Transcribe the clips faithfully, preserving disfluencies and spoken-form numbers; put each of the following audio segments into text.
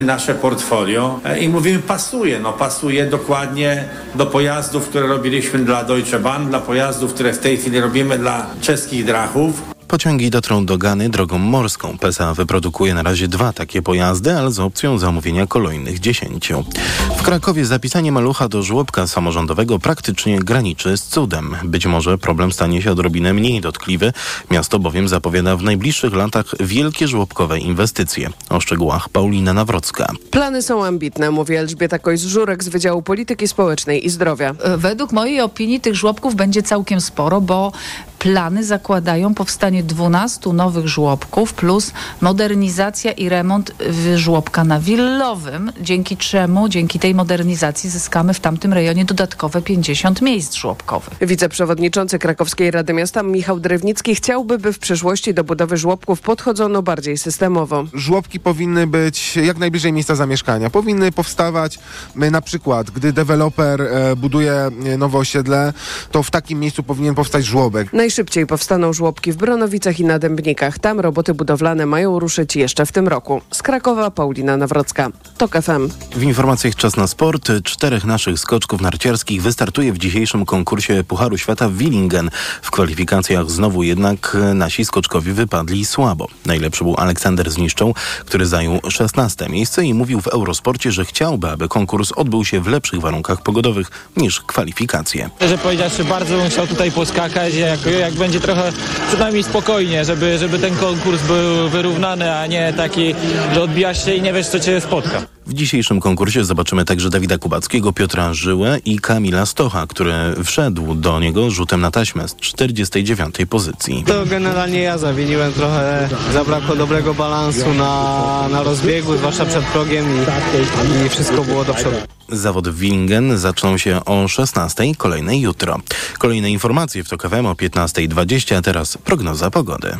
nasze portfolio i mówimy pasuje, no pasuje dokładnie do pojazdów, które robiliśmy dla Deutsche Bahn, dla pojazdów, które w tej chwili robimy dla czeskich Drachów. Pociągi dotrą do Gany drogą morską. P S A wyprodukuje na razie dwa takie pojazdy, ale z opcją zamówienia kolejnych dziesięciu. W Krakowie zapisanie malucha do żłobka samorządowego praktycznie graniczy z cudem. Być może problem stanie się odrobinę mniej dotkliwy. Miasto bowiem zapowiada w najbliższych latach wielkie żłobkowe inwestycje. O szczegółach Paulina Nawrocka. Plany są ambitne, mówi Elżbieta Kojs-Żurek z Wydziału Polityki Społecznej i Zdrowia. Według mojej opinii tych żłobków będzie całkiem sporo, bo plany zakładają powstanie dwunastu nowych żłobków plus modernizacja i remont żłobka na Willowym, dzięki czemu, dzięki tej modernizacji zyskamy w tamtym rejonie dodatkowe pięćdziesiąt miejsc żłobkowych. Wiceprzewodniczący Krakowskiej Rady Miasta Michał Drewnicki chciałby, by w przyszłości do budowy żłobków podchodzono bardziej systemowo. Żłobki powinny być jak najbliżej miejsca zamieszkania. Powinny powstawać na przykład, gdy deweloper buduje nowe osiedle, to w takim miejscu powinien powstać żłobek. Najszybciej powstaną żłobki w Bronowicach i na Dębnikach. Tam roboty budowlane mają ruszyć jeszcze w tym roku. Z Krakowa Paulina Nawrocka. TOK F M. W informacjach czas na sport. Czterech naszych skoczków narciarskich wystartuje w dzisiejszym konkursie Pucharu Świata w Willingen. W kwalifikacjach znowu jednak nasi skoczkowie wypadli słabo. Najlepszy był Aleksander Zniszczą, który zajął szesnaste miejsce i mówił w Eurosporcie, że chciałby, aby konkurs odbył się w lepszych warunkach pogodowych niż kwalifikacje. Szczerze powiedziawszy, bardzo bym chciał tutaj poskakać, jak, jak będzie trochę przynajmniej spokojnie, żeby, żeby ten konkurs był wyrównany, a nie taki, że odbijasz się i nie wiesz, co cię spotka. W dzisiejszym konkursie zobaczymy także Dawida Kubackiego, Piotra Żyłę i Kamila Stocha, który wszedł do niego rzutem na taśmę z czterdziestej dziewiątej pozycji. To generalnie ja zawiniłem trochę, zabrakło dobrego balansu na, na rozbiegu, zwłaszcza przed progiem i, i wszystko było do przodu. Zawody w Willingen zaczną się o szesnastej, kolejnej jutro. Kolejne informacje w TOK F M o piętnastej dwadzieścia, a teraz prognoza pogody.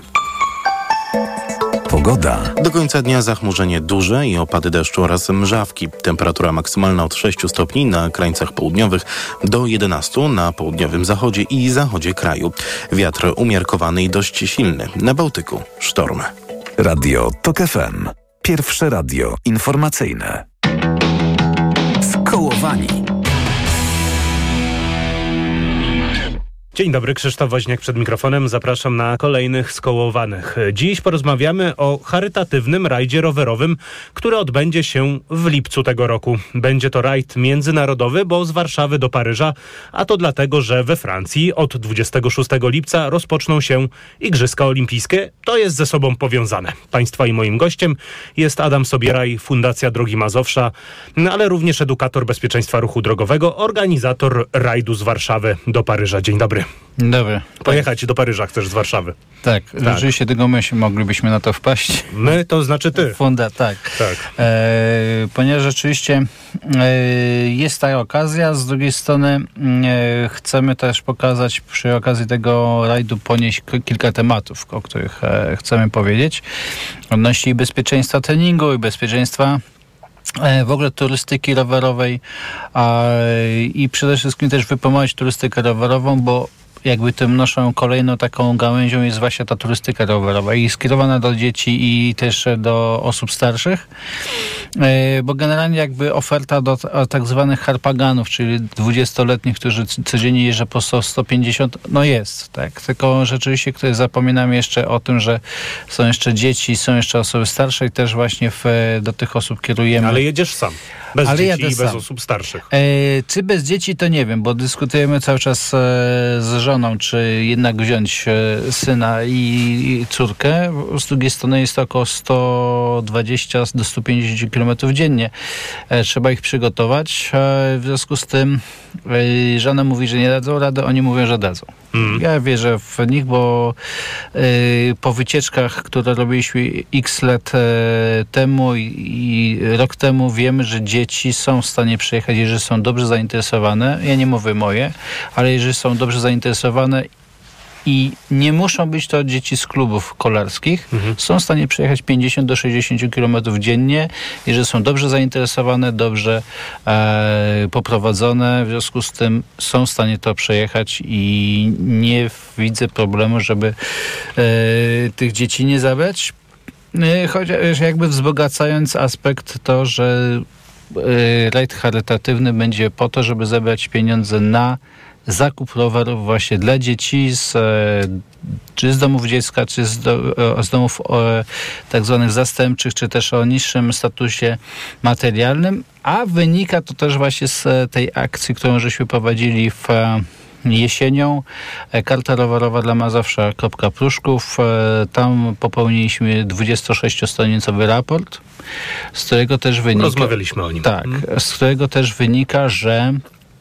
Pogoda. Do końca dnia zachmurzenie duże i opady deszczu oraz mrzawki. Temperatura maksymalna od sześciu stopni na krańcach południowych do jedenastu na południowym zachodzie i zachodzie kraju. Wiatr umiarkowany i dość silny. Na Bałtyku sztorm. Radio TOK F M. Pierwsze radio informacyjne. Skołowani. Dzień dobry, Krzysztof Woźniak przed mikrofonem. Zapraszam na kolejnych Skołowanych. Dziś porozmawiamy o charytatywnym rajdzie rowerowym, który odbędzie się w lipcu tego roku. Będzie to rajd międzynarodowy, bo z Warszawy do Paryża, a to dlatego, że we Francji od dwudziestego szóstego lipca rozpoczną się Igrzyska Olimpijskie. To jest ze sobą powiązane. Państwa i moim gościem jest Adam Sobieraj, Fundacja Drogi Mazowsza, ale również edukator bezpieczeństwa ruchu drogowego, organizator rajdu z Warszawy do Paryża. Dzień dobry. Dobry. Pojechać tak. do Paryża chcesz z Warszawy. Tak, tak. Rzeczywiście tylko my się moglibyśmy na to wpaść. My, to znaczy ty. Funda, tak. tak. E, ponieważ rzeczywiście e, jest ta okazja, z drugiej strony e, chcemy też pokazać przy okazji tego rajdu ponieść k- kilka tematów, o których e, chcemy powiedzieć. Odnośnie bezpieczeństwa treningu i bezpieczeństwa w ogóle turystyki rowerowej a, i przede wszystkim też wypromować turystykę rowerową, bo jakby tym naszą kolejną taką gałęzią jest właśnie ta turystyka rowerowa i skierowana do dzieci i też do osób starszych, bo generalnie jakby oferta do tak zwanych harpaganów, czyli dwudziestoletnich, którzy codziennie jeżdżą po sto, sto pięćdziesiąt, no jest, tak, tylko rzeczywiście ktoś zapominamy jeszcze o tym, że są jeszcze dzieci, są jeszcze osoby starsze i też właśnie w, do tych osób kierujemy. Ale jedziesz sam. Bez Ale dzieci i bez sam. osób starszych. E, czy bez dzieci, to nie wiem, bo dyskutujemy cały czas e, z żoną, czy jednak wziąć e, syna i, i córkę. Z drugiej strony jest to około sto dwadzieścia do stu pięćdziesięciu kilometrów dziennie. E, trzeba ich przygotować. E, w związku z tym e, żona mówi, że nie dadzą rady, oni mówią, że dadzą. Mm. Ja wierzę w nich, bo e, po wycieczkach, które robiliśmy x lat e, temu i, i rok temu, wiemy, że dzieci Dzieci są w stanie przyjechać, jeżeli są dobrze zainteresowane. Ja nie mówię moje, ale jeżeli są dobrze zainteresowane i nie muszą być to dzieci z klubów kolarskich, mhm. są w stanie przejechać pięćdziesiąt do sześćdziesięciu kilometrów dziennie, jeżeli są dobrze zainteresowane, dobrze e, poprowadzone. W związku z tym są w stanie to przejechać i nie widzę problemu, żeby e, tych dzieci nie zabrać. Chociaż jakby wzbogacając aspekt to, że rajd charytatywny będzie po to, żeby zebrać pieniądze na zakup rowerów właśnie dla dzieci z, czy z domów dziecka, czy z, do, z domów o, tak zwanych zastępczych, czy też o niższym statusie materialnym, a wynika to też właśnie z tej akcji, którą żeśmy prowadzili w jesienią. Karta rowerowa dla Mazowsza kropka Pruszków. Tam popełniliśmy dwudziestosześciostronicowy raport, z którego też wynika... Rozmawialiśmy o nim. Tak, z którego też wynika, że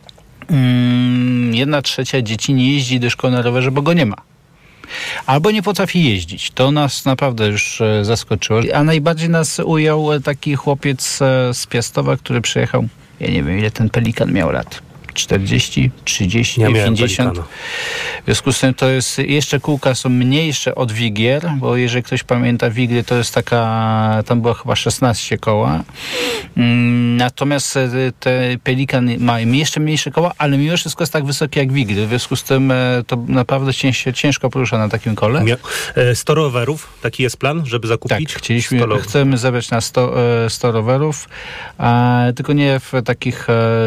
jedna trzecia dzieci nie jeździ do szkoły na rowerze, bo go nie ma. Albo nie potrafi jeździć. To nas naprawdę już zaskoczyło. A najbardziej nas ujął taki chłopiec z Piastowa, który przyjechał, ja nie wiem, ile ten Pelikan miał lat. czterdzieści, trzydzieści, ja pięćdziesiąt. W związku z tym to jest, jeszcze kółka są mniejsze od Wigier, bo jeżeli ktoś pamięta Wigry, to jest taka, tam było chyba szesnaście koła. Natomiast te Pelikan ma jeszcze mniejsze koła, ale mimo wszystko jest tak wysokie jak Wigry. W związku z tym to naprawdę ciężko, ciężko porusza na takim kole. sto rowerów, taki jest plan, żeby zakupić? Tak, chcieliśmy, chcemy zebrać na sto, sto rowerów, a, tylko nie w takich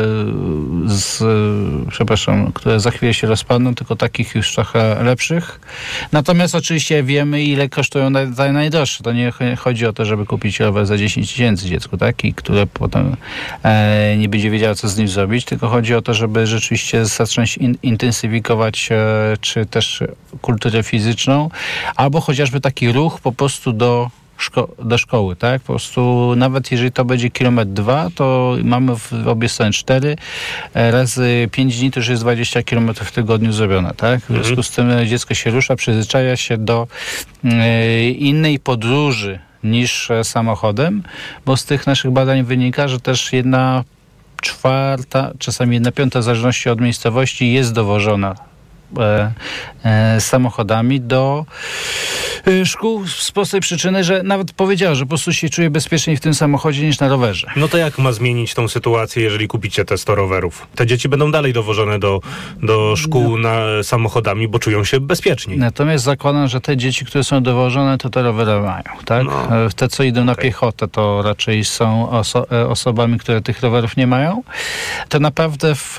z przepraszam, które za chwilę się rozpadną, tylko takich już trochę lepszych. Natomiast oczywiście wiemy, ile kosztują naj, najdroższe. To nie chodzi o to, żeby kupić rower za dziesięć tysięcy dziecku, tak? I które potem e, nie będzie wiedziało, co z nim zrobić, tylko chodzi o to, żeby rzeczywiście zacząć in, intensyfikować e, czy też kulturę fizyczną, albo chociażby taki ruch po prostu do Szko- do szkoły, tak? Po prostu nawet jeżeli to będzie kilometr dwa, to mamy w obie strony cztery razy pięć dni, to już jest dwadzieścia kilometrów w tygodniu zrobione, tak? W związku Mhm. z tym dziecko się rusza, przyzwyczaja się do y, innej podróży niż samochodem, bo z tych naszych badań wynika, że też jedna czwarta, czasami jedna piąta, w zależności od miejscowości, jest dowożona E, e, samochodami do e, szkół z prostej przyczyny, że nawet powiedział, że po prostu się czuje bezpieczniej w tym samochodzie niż na rowerze. No to jak ma zmienić tą sytuację, jeżeli kupicie te sto rowerów? Te dzieci będą dalej dowożone do, do szkół na, samochodami, bo czują się bezpieczniej. Natomiast zakładam, że te dzieci, które są dowożone, to te rowery mają, tak? No. Te, co idą na piechotę, to raczej są oso- osobami, które tych rowerów nie mają. To naprawdę w,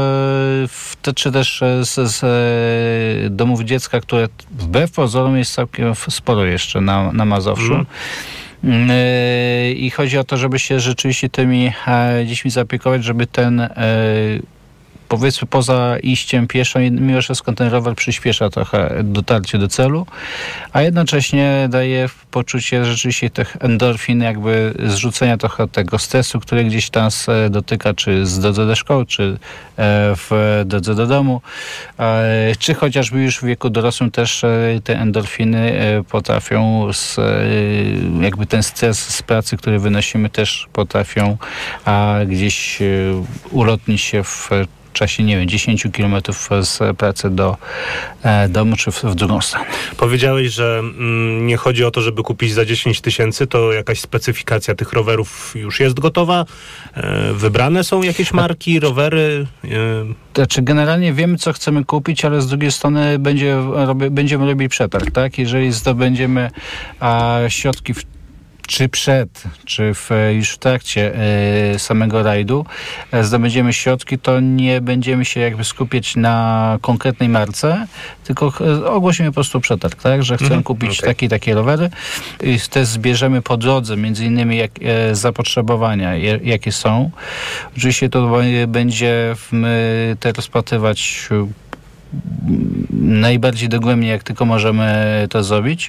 w te, czy też z, z domów dziecka, które wbrew pozorom jest całkiem sporo jeszcze na, na Mazowszu. Mm. I chodzi o to, żeby się rzeczywiście tymi dziećmi zaopiekować, żeby ten powiedzmy poza iściem pieszo, mimo wszystko ten rower przyspiesza trochę dotarcie do celu, a jednocześnie daje poczucie rzeczywiście tych endorfin, jakby zrzucenia trochę tego stresu, który gdzieś tam dotyka, czy z drodze do szkoły, czy w drodze do domu, czy chociażby już w wieku dorosłym też te endorfiny potrafią z, jakby ten stres z pracy, który wynosimy, też potrafią gdzieś ulotnić się w czasie, nie wiem, dziesięć kilometrów z pracy do e, domu, czy w, w drugą stronę. Powiedziałeś, że mm, nie chodzi o to, żeby kupić za dziesięć tysięcy, to jakaś specyfikacja tych rowerów już jest gotowa? E, wybrane są jakieś marki, rowery? E... Znaczy, generalnie wiemy, co chcemy kupić, ale z drugiej strony będzie, robi, będziemy robili przetarg, tak? Jeżeli zdobędziemy a, środki w czy przed, czy w, już w trakcie y, samego rajdu y, zdobędziemy środki, to nie będziemy się jakby skupiać na konkretnej marce, tylko y, ogłosimy po prostu przetarg, tak, że chcemy mm, kupić okay. takie i takie rowery i też zbierzemy po drodze między innymi jak, y, zapotrzebowania, je, jakie są. Oczywiście to y, będzie my te rozpatrywać y, najbardziej dogłębnie, jak tylko możemy to zrobić,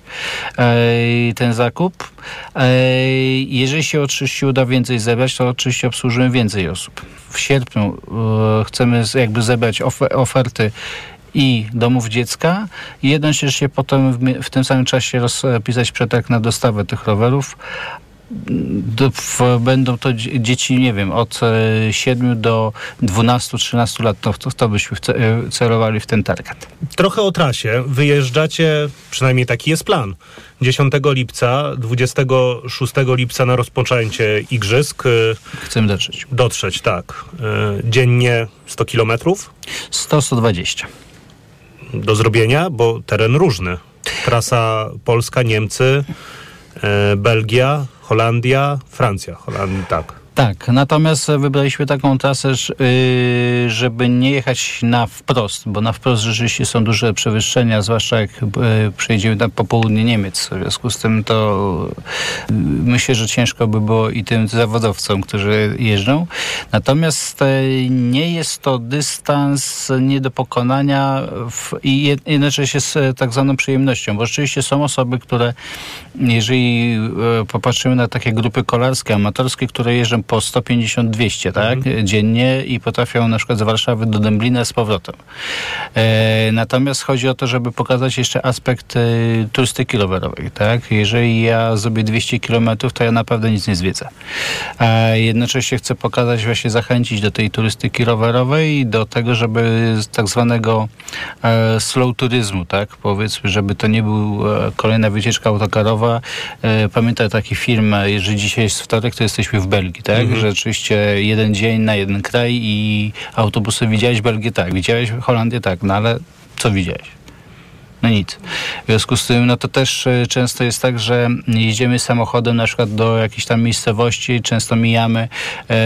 ten zakup. Jeżeli się oczywiście uda więcej zebrać, to oczywiście obsłużymy więcej osób. W sierpniu chcemy jakby zebrać oferty i domów dziecka i jednocześnie potem w, w tym samym czasie rozpisać przetarg na dostawę tych rowerów. Do, w, będą to dzieci, nie wiem, od siedmiu do dwunastu trzynastu lat, to, to, to byśmy celowali w ten target. Trochę o trasie. Wyjeżdżacie, przynajmniej taki jest plan, dziesiątego lipca, dwudziestego szóstego lipca na rozpoczęcie igrzysk. Chcemy dotrzeć. Dotrzeć, tak. Dziennie sto kilometrów? sto do stu dwudziestu. Do zrobienia, bo teren różny. Trasa Polska, Niemcy, e, Belgia, Holandia, Francja. Holandia, tak. Tak, natomiast wybraliśmy taką trasę, żeby nie jechać na wprost, bo na wprost rzeczywiście są duże przewyższenia, zwłaszcza jak przejdziemy na popołudnie Niemiec. W związku z tym to myślę, że ciężko by było i tym zawodowcom, którzy jeżdżą. Natomiast nie jest to dystans nie do pokonania w, i jednocześnie z tak zwaną przyjemnością, bo rzeczywiście są osoby, które, jeżeli popatrzymy na takie grupy kolarskie, amatorskie, które jeżdżą po sto pięćdziesiąt dwieście, tak, mhm. dziennie i potrafią na przykład z Warszawy do Dęblina z powrotem. E, natomiast chodzi o to, żeby pokazać jeszcze aspekt e, turystyki rowerowej, tak. Jeżeli ja zrobię dwieście kilometrów, to ja naprawdę nic nie zwiedzę. A jednocześnie chcę pokazać, właśnie zachęcić do tej turystyki rowerowej i do tego, żeby z tak zwanego e, slow turyzmu, tak, powiedzmy, żeby to nie był e, kolejna wycieczka autokarowa. E, pamiętam taki film, jeżeli dzisiaj jest wtorek, to jesteśmy w Belgii, tak? Mhm. Że rzeczywiście jeden dzień na jeden kraj i autobusy. Widziałeś Belgię? Tak. Widziałeś Holandię? Tak. No ale co widziałeś? No nic. W związku z tym, no to też często jest tak, że jedziemy samochodem na przykład do jakiejś tam miejscowości, często mijamy yy,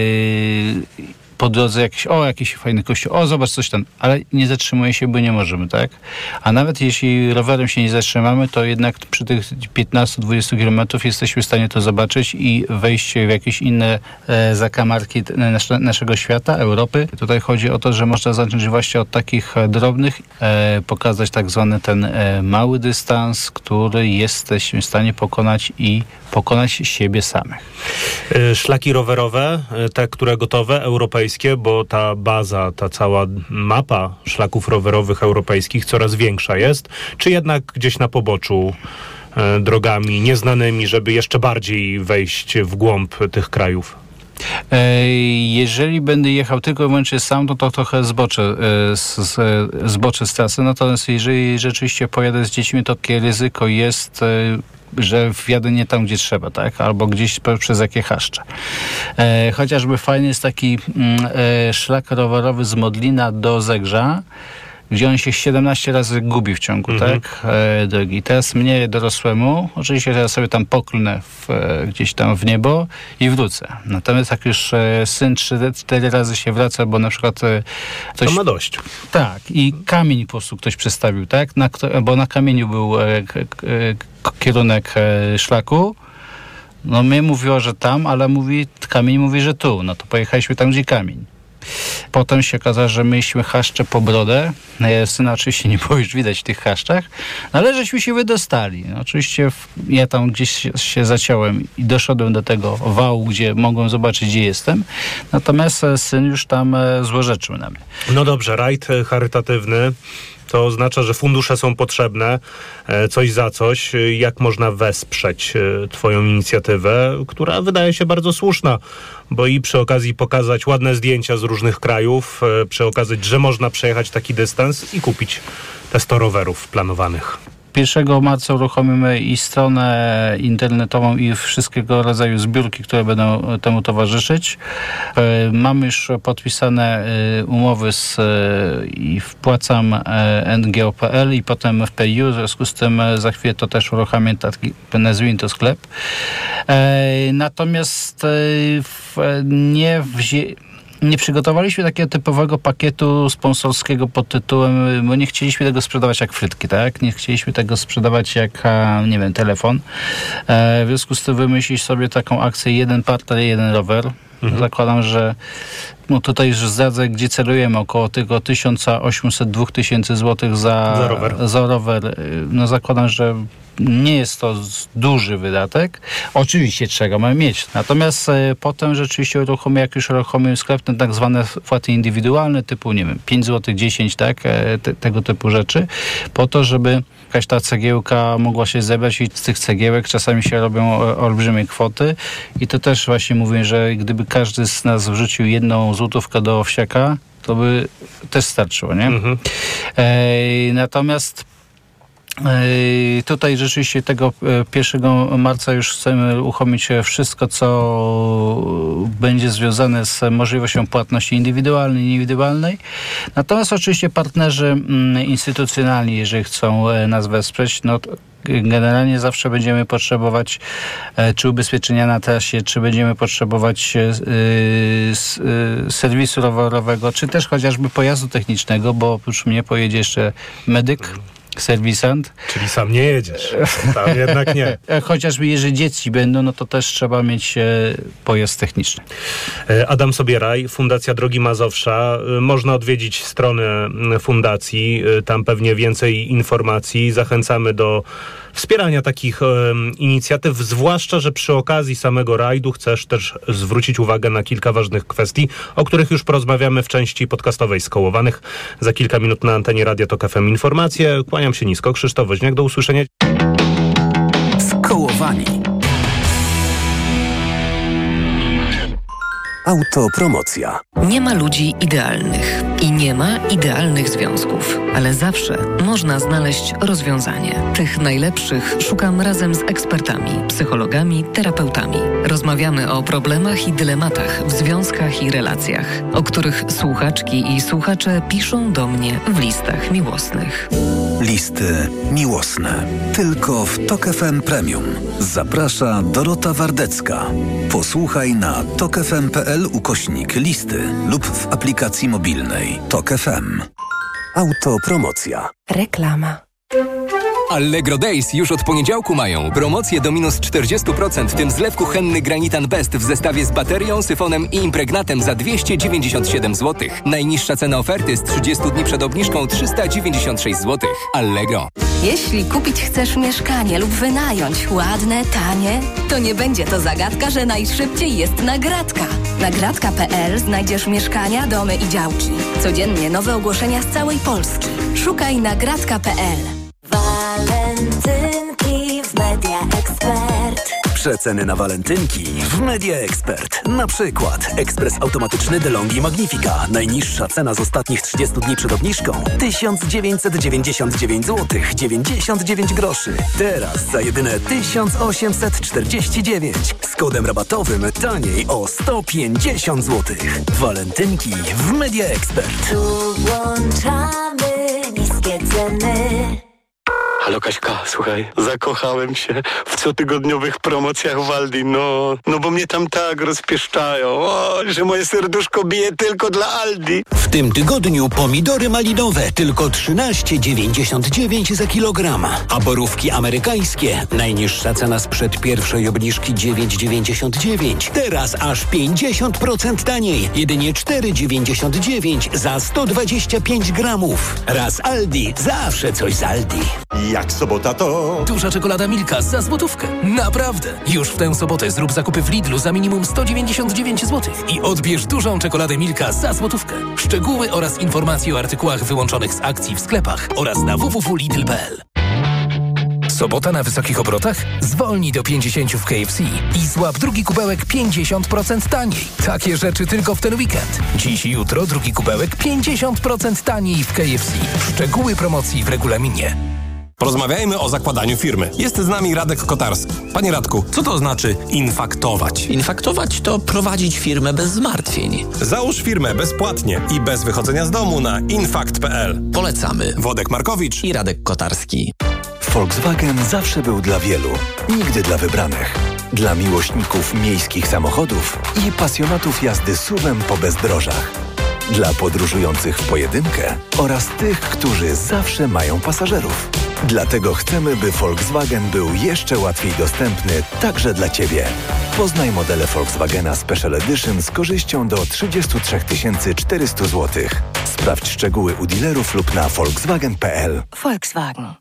po drodze jakiś, o, jakiś fajny kościół, o, zobacz coś tam, ale nie zatrzymuje się, bo nie możemy, tak? A nawet jeśli rowerem się nie zatrzymamy, to jednak przy tych piętnastu do dwudziestu kilometrów jesteśmy w stanie to zobaczyć i wejść w jakieś inne e, zakamarki nasze, naszego świata, Europy. Tutaj chodzi o to, że można zacząć właśnie od takich drobnych, e, pokazać tak zwany ten e, mały dystans, który jesteśmy w stanie pokonać i pokonać siebie samych. Szlaki rowerowe, te, które gotowe, europejskie, bo ta baza, ta cała mapa szlaków rowerowych europejskich coraz większa jest, czy jednak gdzieś na poboczu e, drogami nieznanymi, żeby jeszcze bardziej wejść w głąb tych krajów? Jeżeli będę jechał tylko i wyłącznie sam, to, to trochę zboczę z, z, zboczę z trasy. Natomiast jeżeli rzeczywiście pojadę z dziećmi, to takie ryzyko jest, że wjadę nie tam, gdzie trzeba, tak? Albo gdzieś przez jakie chaszcze. E, chociażby fajny jest taki e, szlak rowerowy z Modlina do Zegrza, gdzie on się siedemnaście razy gubi w ciągu, mhm. tak, e, drogi. Teraz mnie, dorosłemu, oczywiście ja sobie tam poklnę w, e, gdzieś tam w niebo i wrócę. Natomiast jak już e, syn trzy cztery razy się wraca, bo na przykład e, coś... To ma dość. Tak. I kamień po prostu ktoś przestawił, tak, na, bo na kamieniu był e, k, k, kierunek e, szlaku. No mnie mówiło, że tam, ale mówi, kamień mówi, że tu. No to pojechaliśmy tam, gdzie kamień. Potem się okazało, że mieliśmy chaszcze po brodę. Syna oczywiście nie było już widać w tych chaszczach, no ale żeśmy się wydostali. No, oczywiście w, ja tam gdzieś się, się zaciąłem i doszedłem do tego wału, gdzie mogłem zobaczyć, gdzie jestem. Natomiast syn już tam e, złorzeczył na mnie. No dobrze, rajd charytatywny. To oznacza, że fundusze są potrzebne, coś za coś. Jak można wesprzeć twoją inicjatywę, która wydaje się bardzo słuszna, bo i przy okazji pokazać ładne zdjęcia z różnych krajów, przy okazji, że można przejechać taki dystans i kupić te sto rowerów planowanych. pierwszego marca uruchomimy i stronę internetową i wszystkiego rodzaju zbiórki, które będą temu towarzyszyć. Mamy już podpisane umowy z i wpłacam N G O kropka P L i potem w P U, w związku z tym za chwilę to też uruchamiam taki, nazwijmy to sklep. Natomiast nie wzię... Nie przygotowaliśmy takiego typowego pakietu sponsorskiego pod tytułem, bo nie chcieliśmy tego sprzedawać jak frytki, tak? Nie chcieliśmy tego sprzedawać jak, nie wiem, telefon. E, w związku z tym wymyślić sobie taką akcję jeden partner, jeden rower. Mhm. Zakładam, że no tutaj już zdradzę, gdzie celujemy, około tylko tysiąc osiemset do dwóch tysięcy złotych za, za rower. Za rower. No zakładam, że nie jest to duży wydatek. Oczywiście trzeba mamy mieć. Natomiast e, potem rzeczywiście uruchomię, jak już uruchomimy sklep, ten tak zwane wpłaty indywidualne, typu, nie wiem, pięć złotych, dziesięć, tak, e, te, tego typu rzeczy, po to, żeby jakaś ta cegiełka mogła się zebrać i z tych cegiełek czasami się robią olbrzymie kwoty i to też właśnie mówię, że gdyby każdy z nas wrzucił jedną złotówkę do owsiaka, to by też starczyło, nie? Mhm. E, natomiast tutaj rzeczywiście tego pierwszego marca już chcemy uruchomić wszystko, co będzie związane z możliwością płatności indywidualnej i indywidualnej. Natomiast oczywiście partnerzy mm, instytucjonalni, jeżeli chcą e, nas wesprzeć, no to generalnie zawsze będziemy potrzebować e, czy ubezpieczenia na trasie, czy będziemy potrzebować e, s, e, serwisu rowerowego, czy też chociażby pojazdu technicznego, bo oprócz mnie pojedzie jeszcze medyk, serwisant. Czyli sam nie jedziesz. Tam jednak nie. Chociażby jeżeli dzieci będą, no to też trzeba mieć e, pojazd techniczny. Adam Sobieraj, Fundacja Drogi Mazowsza. Można odwiedzić stronę fundacji. Tam pewnie więcej informacji. Zachęcamy do wspierania takich e, inicjatyw, zwłaszcza, że przy okazji samego rajdu chcesz też zwrócić uwagę na kilka ważnych kwestii, o których już porozmawiamy w części podcastowej Skołowanych. Za kilka minut na antenie Radia Tok F M informacje. Kłaniam się nisko. Krzysztof Woźniak, do usłyszenia. Skołowani. Autopromocja. Nie ma ludzi idealnych i nie ma idealnych związków, ale zawsze można znaleźć rozwiązanie. Tych najlepszych szukam razem z ekspertami, psychologami, terapeutami. Rozmawiamy o problemach i dylematach w związkach i relacjach, o których słuchaczki i słuchacze piszą do mnie w listach miłosnych. Listy miłosne. Tylko w Tok F M Premium. Zaprasza Dorota Wardecka. Posłuchaj na tok f m kropka p l ukośnik listy lub w aplikacji mobilnej Tok F M. Autopromocja. Reklama. Allegro Days już od poniedziałku mają promocje do minus czterdzieści procent, w tym zlew kuchenny Granitan Best w zestawie z baterią, syfonem i impregnatem za dwieście dziewięćdziesiąt siedem złotych. Najniższa cena oferty z trzydziestu dni przed obniżką trzysta dziewięćdziesiąt sześć złotych. Allegro. Jeśli kupić chcesz mieszkanie lub wynająć ładne, tanie, to nie będzie to zagadka, że najszybciej jest Nagradka. Nagradka kropka p l znajdziesz mieszkania, domy i działki. Codziennie nowe ogłoszenia z całej Polski. Szukaj Nagradka kropka p l. Walentynki w Media Expert. Przeceny na walentynki w Media Expert. Na przykład ekspres automatyczny DeLonghi Magnifica. Najniższa cena z ostatnich trzydziestu dni przed obniżką tysiąc dziewięćset dziewięćdziesiąt dziewięć złotych dziewięćdziesiąt dziewięć groszy. Teraz za jedyne tysiąc osiemset czterdzieści dziewięć. Z kodem rabatowym taniej o sto pięćdziesiąt złotych. Walentynki w Media Expert. Tu włączamy niskie ceny. Halo Kaśka, słuchaj, zakochałem się w cotygodniowych promocjach w Aldi, no, no bo mnie tam tak rozpieszczają, o, że moje serduszko bije tylko dla Aldi. W tym tygodniu pomidory malinowe tylko trzynaście dziewięćdziesiąt dziewięć za kilogram, a borówki amerykańskie, najniższa cena sprzed pierwszej obniżki dziewięć dziewięćdziesiąt dziewięć, teraz aż pięćdziesiąt procent taniej, jedynie cztery dziewięćdziesiąt dziewięć za sto dwadzieścia pięć gramów. Raz Aldi, zawsze coś z Aldi. Jak sobota to... Duża czekolada Milka za złotówkę. Naprawdę! Już w tę sobotę zrób zakupy w Lidlu za minimum sto dziewięćdziesiąt dziewięć złotych i odbierz dużą czekoladę Milka za złotówkę. Szczegóły oraz informacje o artykułach wyłączonych z akcji w sklepach oraz na w w w kropka lidl kropka p l. Sobota na wysokich obrotach? Zwolnij do pięćdziesięciu w K F C i złap drugi kubełek pięćdziesiąt procent taniej. Takie rzeczy tylko w ten weekend. Dziś i jutro drugi kubełek pięćdziesiąt procent taniej w K F C. Szczegóły promocji w regulaminie. Porozmawiajmy o zakładaniu firmy. Jest z nami Radek Kotarski. Panie Radku, co to znaczy infaktować? Infaktować to prowadzić firmę bez zmartwień. Załóż firmę bezpłatnie i bez wychodzenia z domu na infakt kropka p l. Polecamy. Wodek Markowicz i Radek Kotarski. Volkswagen zawsze był dla wielu, nigdy dla wybranych. Dla miłośników miejskich samochodów i pasjonatów jazdy suwem po bezdrożach. Dla podróżujących w pojedynkę oraz tych, którzy zawsze mają pasażerów. Dlatego chcemy, by Volkswagen był jeszcze łatwiej dostępny także dla Ciebie. Poznaj modele Volkswagena Special Edition z korzyścią do trzydzieści trzy tysiące czterysta złotych. Sprawdź szczegóły u dealerów lub na volkswagen kropka p l. Volkswagen.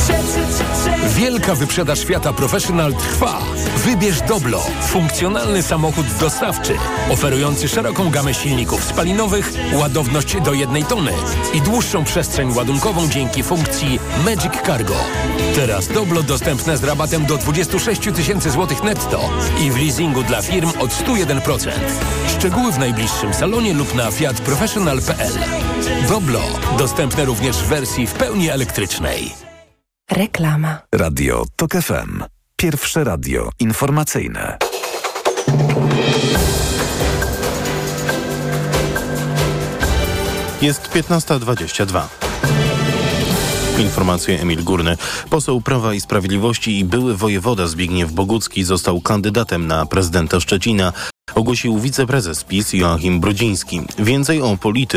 Wielka wyprzedaż Fiata Professional trwa. Wybierz Doblo, funkcjonalny samochód dostawczy, oferujący szeroką gamę silników spalinowych, ładowność do jednej tony i dłuższą przestrzeń ładunkową dzięki funkcji Magic Cargo. Teraz Doblo dostępne z rabatem do dwadzieścia sześć tysięcy złotych netto i w leasingu dla firm od sto jeden procent. Szczegóły w najbliższym salonie lub na fiat professional kropka p l. Doblo dostępne również w wersji w pełni elektrycznej. Reklama. Radio Tok F M. Pierwsze radio informacyjne. Jest piętnasta dwadzieścia dwa. Informacje Emil Górny. Poseł Prawa i Sprawiedliwości i były wojewoda Zbigniew Bogucki został kandydatem na prezydenta Szczecina. Ogłosił wiceprezes PiS Joachim Brudziński. Więcej o polityce